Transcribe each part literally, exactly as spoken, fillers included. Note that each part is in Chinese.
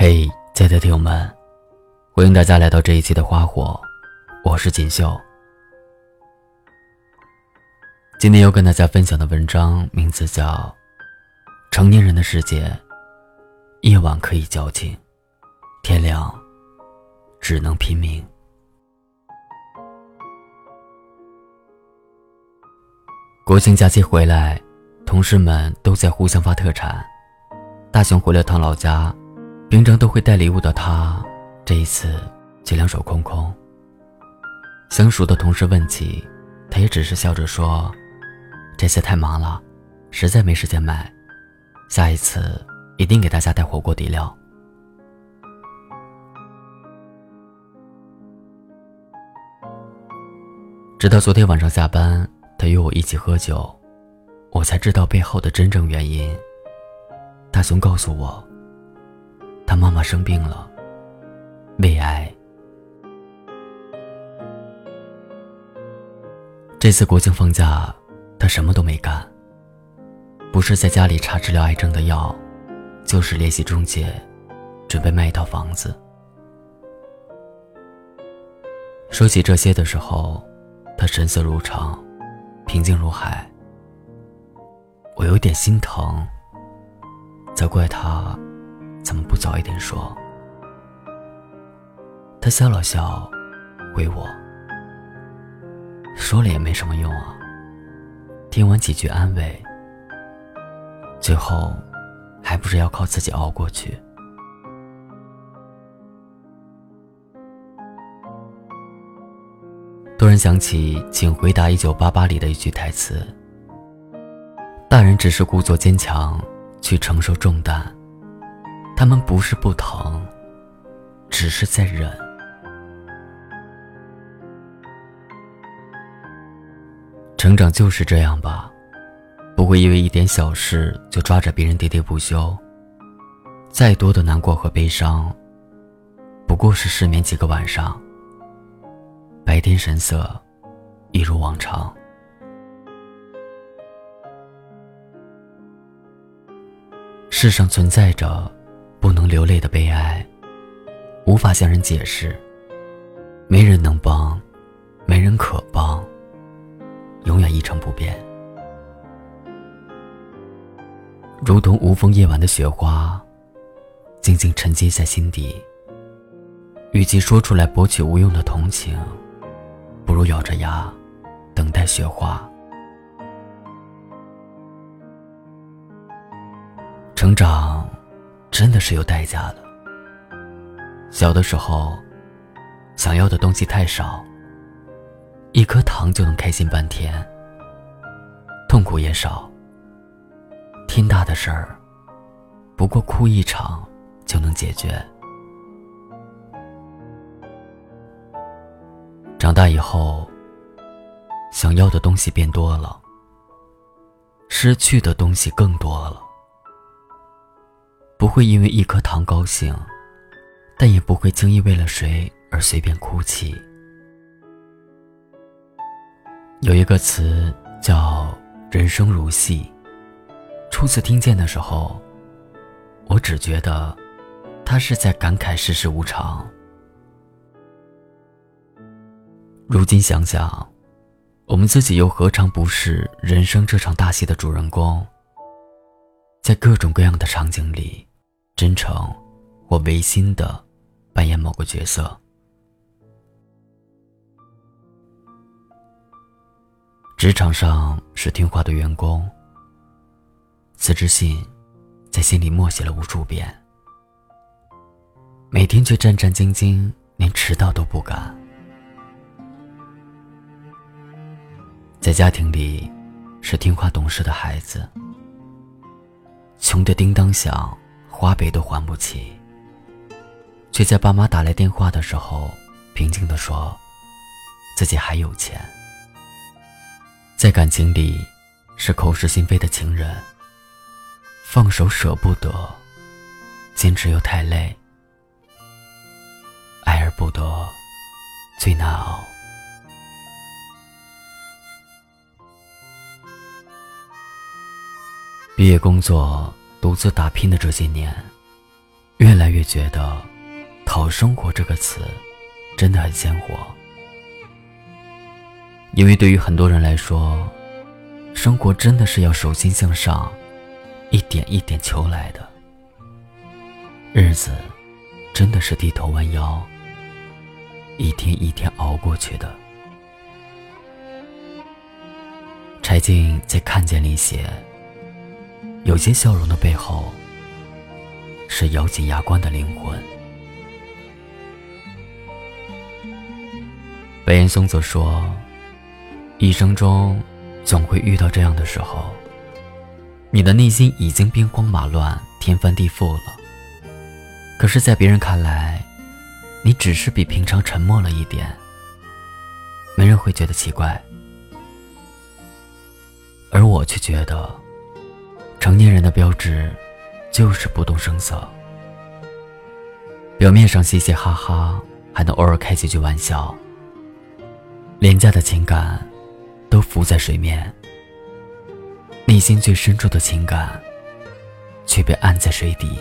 嘿，亲爱的听友们，欢迎大家来到这一期的花火，我是锦绣。今天要跟大家分享的文章名字叫《成年人的世界，夜晚可以矫情，天亮只能拼命》。国庆假期回来，同事们都在互相发特产。大雄回了趟老家，平常都会带礼物的他，这一次却两手空空。相熟的同事问起，他也只是笑着说，这次太忙了，实在没时间买，下一次一定给大家带火锅底料。直到昨天晚上下班，他约我一起喝酒，我才知道背后的真正原因。大雄告诉我，他妈妈生病了，胃癌。这次国庆放假，他什么都没干，不是在家里查治疗癌症的药，就是联系中介，准备卖一套房子。说起这些的时候，他神色如常，平静如海。我有点心疼，责怪他怎么不早一点说。他笑了笑，回我，说了也没什么用啊。听完几句安慰，最后还不是要靠自己熬过去。突然想起《请回答一九八八》里的一句台词，大人只是故作坚强去承受重担，他们不是不疼，只是在忍。成长就是这样吧，不会因为一点小事就抓着别人喋喋不休，再多的难过和悲伤，不过是失眠几个晚上，白天神色一如往常。世上存在着不能流泪的悲哀，无法向人解释，没人能帮，没人可帮，永远一成不变。如同无风夜晚的雪花，静静沉积在心底，与其说出来博取无用的同情，不如咬着牙等待雪化。成长真的是有代价的。小的时候，想要的东西太少，一颗糖就能开心半天，痛苦也少，天大的事儿，不过哭一场就能解决。长大以后，想要的东西变多了，失去的东西更多了。不会因为一颗糖高兴，但也不会轻易为了谁而随便哭泣。有一个词叫人生如戏，初次听见的时候，我只觉得他是在感慨世事无常。如今想想，我们自己又何尝不是人生这场大戏的主人公，在各种各样的场景里，真诚或违心地扮演某个角色。职场上是听话的员工，辞职信在心里默写了无数遍，每天却战战兢兢，连迟到都不敢。在家庭里是听话懂事的孩子，穷得叮当响，花呗都还不起，却在爸妈打来电话的时候平静地说自己还有钱。在感情里是口是心非的情人，放手舍不得，坚持又太累，爱而不得最难熬。毕业工作独自打拼的这些年， 越来越觉得讨生活这个词真的很鲜活。因为对于很多人来说，生活真的是要手心向上，一点一点求来的，日子真的是低头弯腰，一天一天熬过去的。柴静在看见里写，有些笑容的背后是咬紧牙关的灵魂。白岩松则说，一生中总会遇到这样的时候，你的内心已经兵荒马乱，天翻地覆了，可是在别人看来，你只是比平常沉默了一点，没人会觉得奇怪。而我却觉得，成年人的标志就是不动声色，表面上嘻嘻哈哈，还能偶尔开几句玩笑，廉价的情感都浮在水面，内心最深处的情感却被按在水底。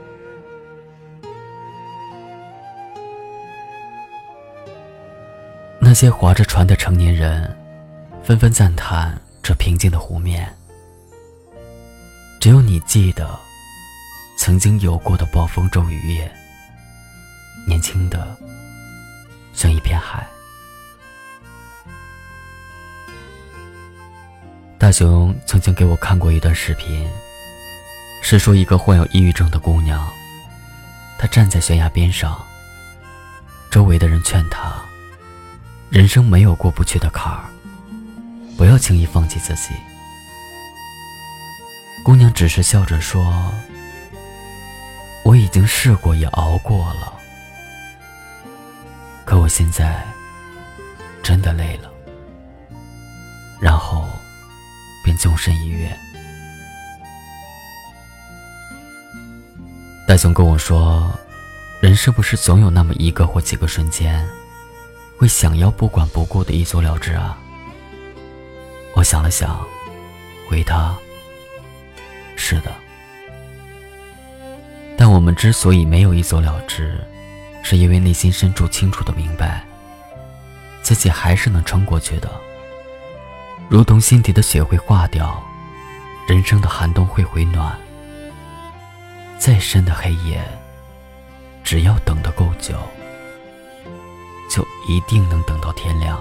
那些划着船的成年人纷纷赞叹这平静的湖面，只有你记得曾经有过的暴风骤雨夜，年轻的像一片海。大雄曾经给我看过一段视频，是说一个患有抑郁症的姑娘，她站在悬崖边上，周围的人劝她，人生没有过不去的坎儿，不要轻易放弃自己。姑娘只是笑着说，我已经试过也熬过了，可我现在真的累了，然后便纵身一跃。大雄跟我说，人是不是总有那么一个或几个瞬间，会想要不管不顾的一走了之啊？我想了想，回他，是的。但我们之所以没有一走了之，是因为内心深处清楚地明白，自己还是能撑过去的。如同心底的雪会化掉，人生的寒冬会回暖。再深的黑夜，只要等得够久，就一定能等到天亮。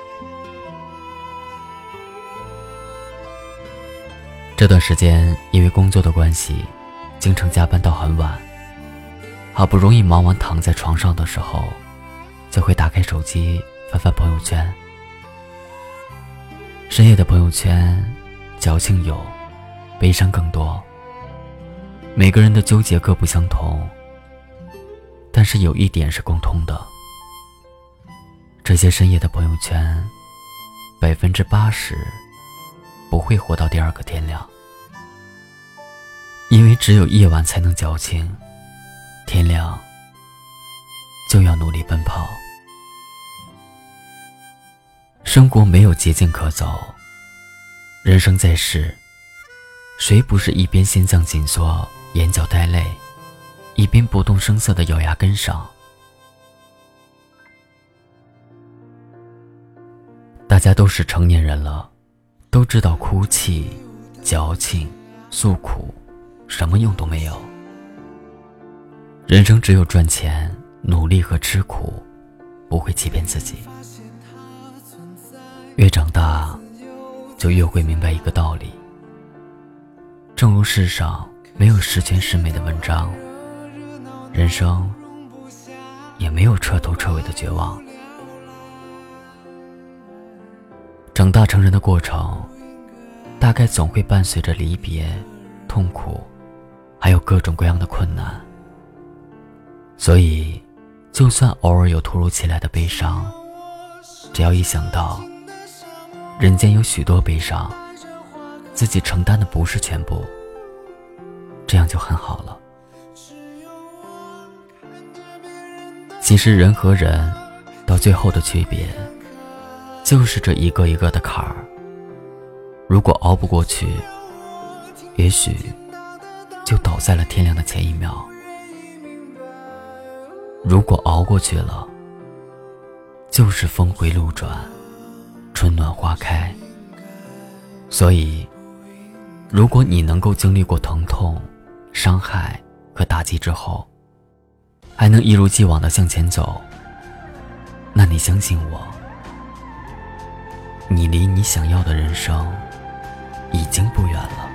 这段时间因为工作的关系，经常加班到很晚，好不容易忙完躺在床上的时候，就会打开手机翻翻朋友圈。深夜的朋友圈，矫情有，悲伤更多。每个人的纠结各不相同，但是有一点是共通的，这些深夜的朋友圈，百分之八十不会活到第二个天亮。因为只有夜晚才能矫情，天亮就要努力奔跑。生活没有捷径可走，人生在世，谁不是一边心脏紧缩，眼角带泪，一边不动声色地咬牙跟上？大家都是成年人了，都知道哭泣、矫情、诉苦什么用都没有。人生只有赚钱、努力和吃苦，不会欺骗自己。越长大，就越会明白一个道理，正如世上没有十全十美的文章，人生也没有彻头彻尾的绝望。长大成人的过程，大概总会伴随着离别、痛苦，还有各种各样的困难。所以，就算偶尔有突如其来的悲伤，只要一想到人间有许多悲伤，自己承担的不是全部，这样就很好了。其实人和人到最后的区别，就是这一个一个的坎儿。如果熬不过去，也许就倒在了天亮的前一秒。 如果熬过去了，就是峰回路转，春暖花开。所以如果你能够经历过疼痛、伤害和打击之后，还能一如既往地向前走，那你相信我，你离你想要的人生已经不远了。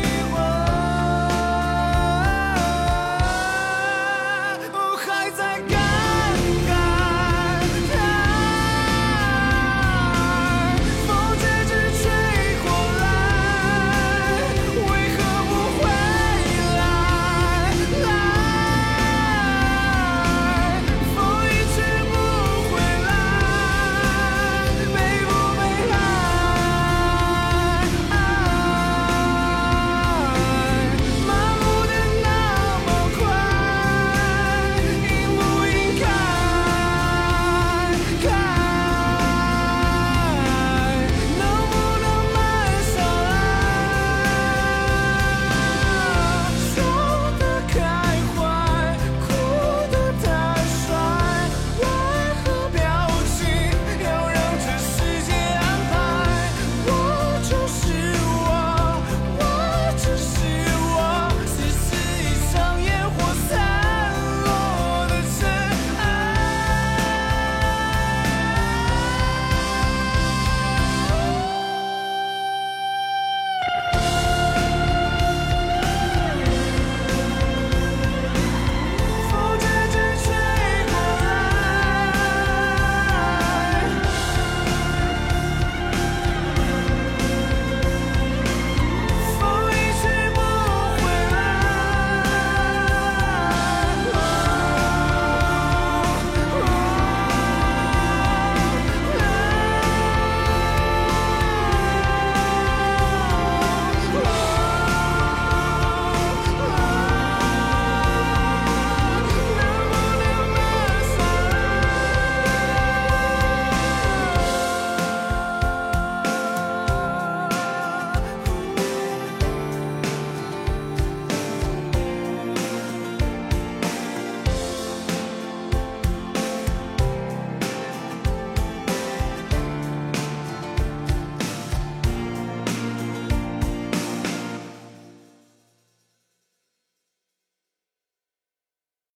在。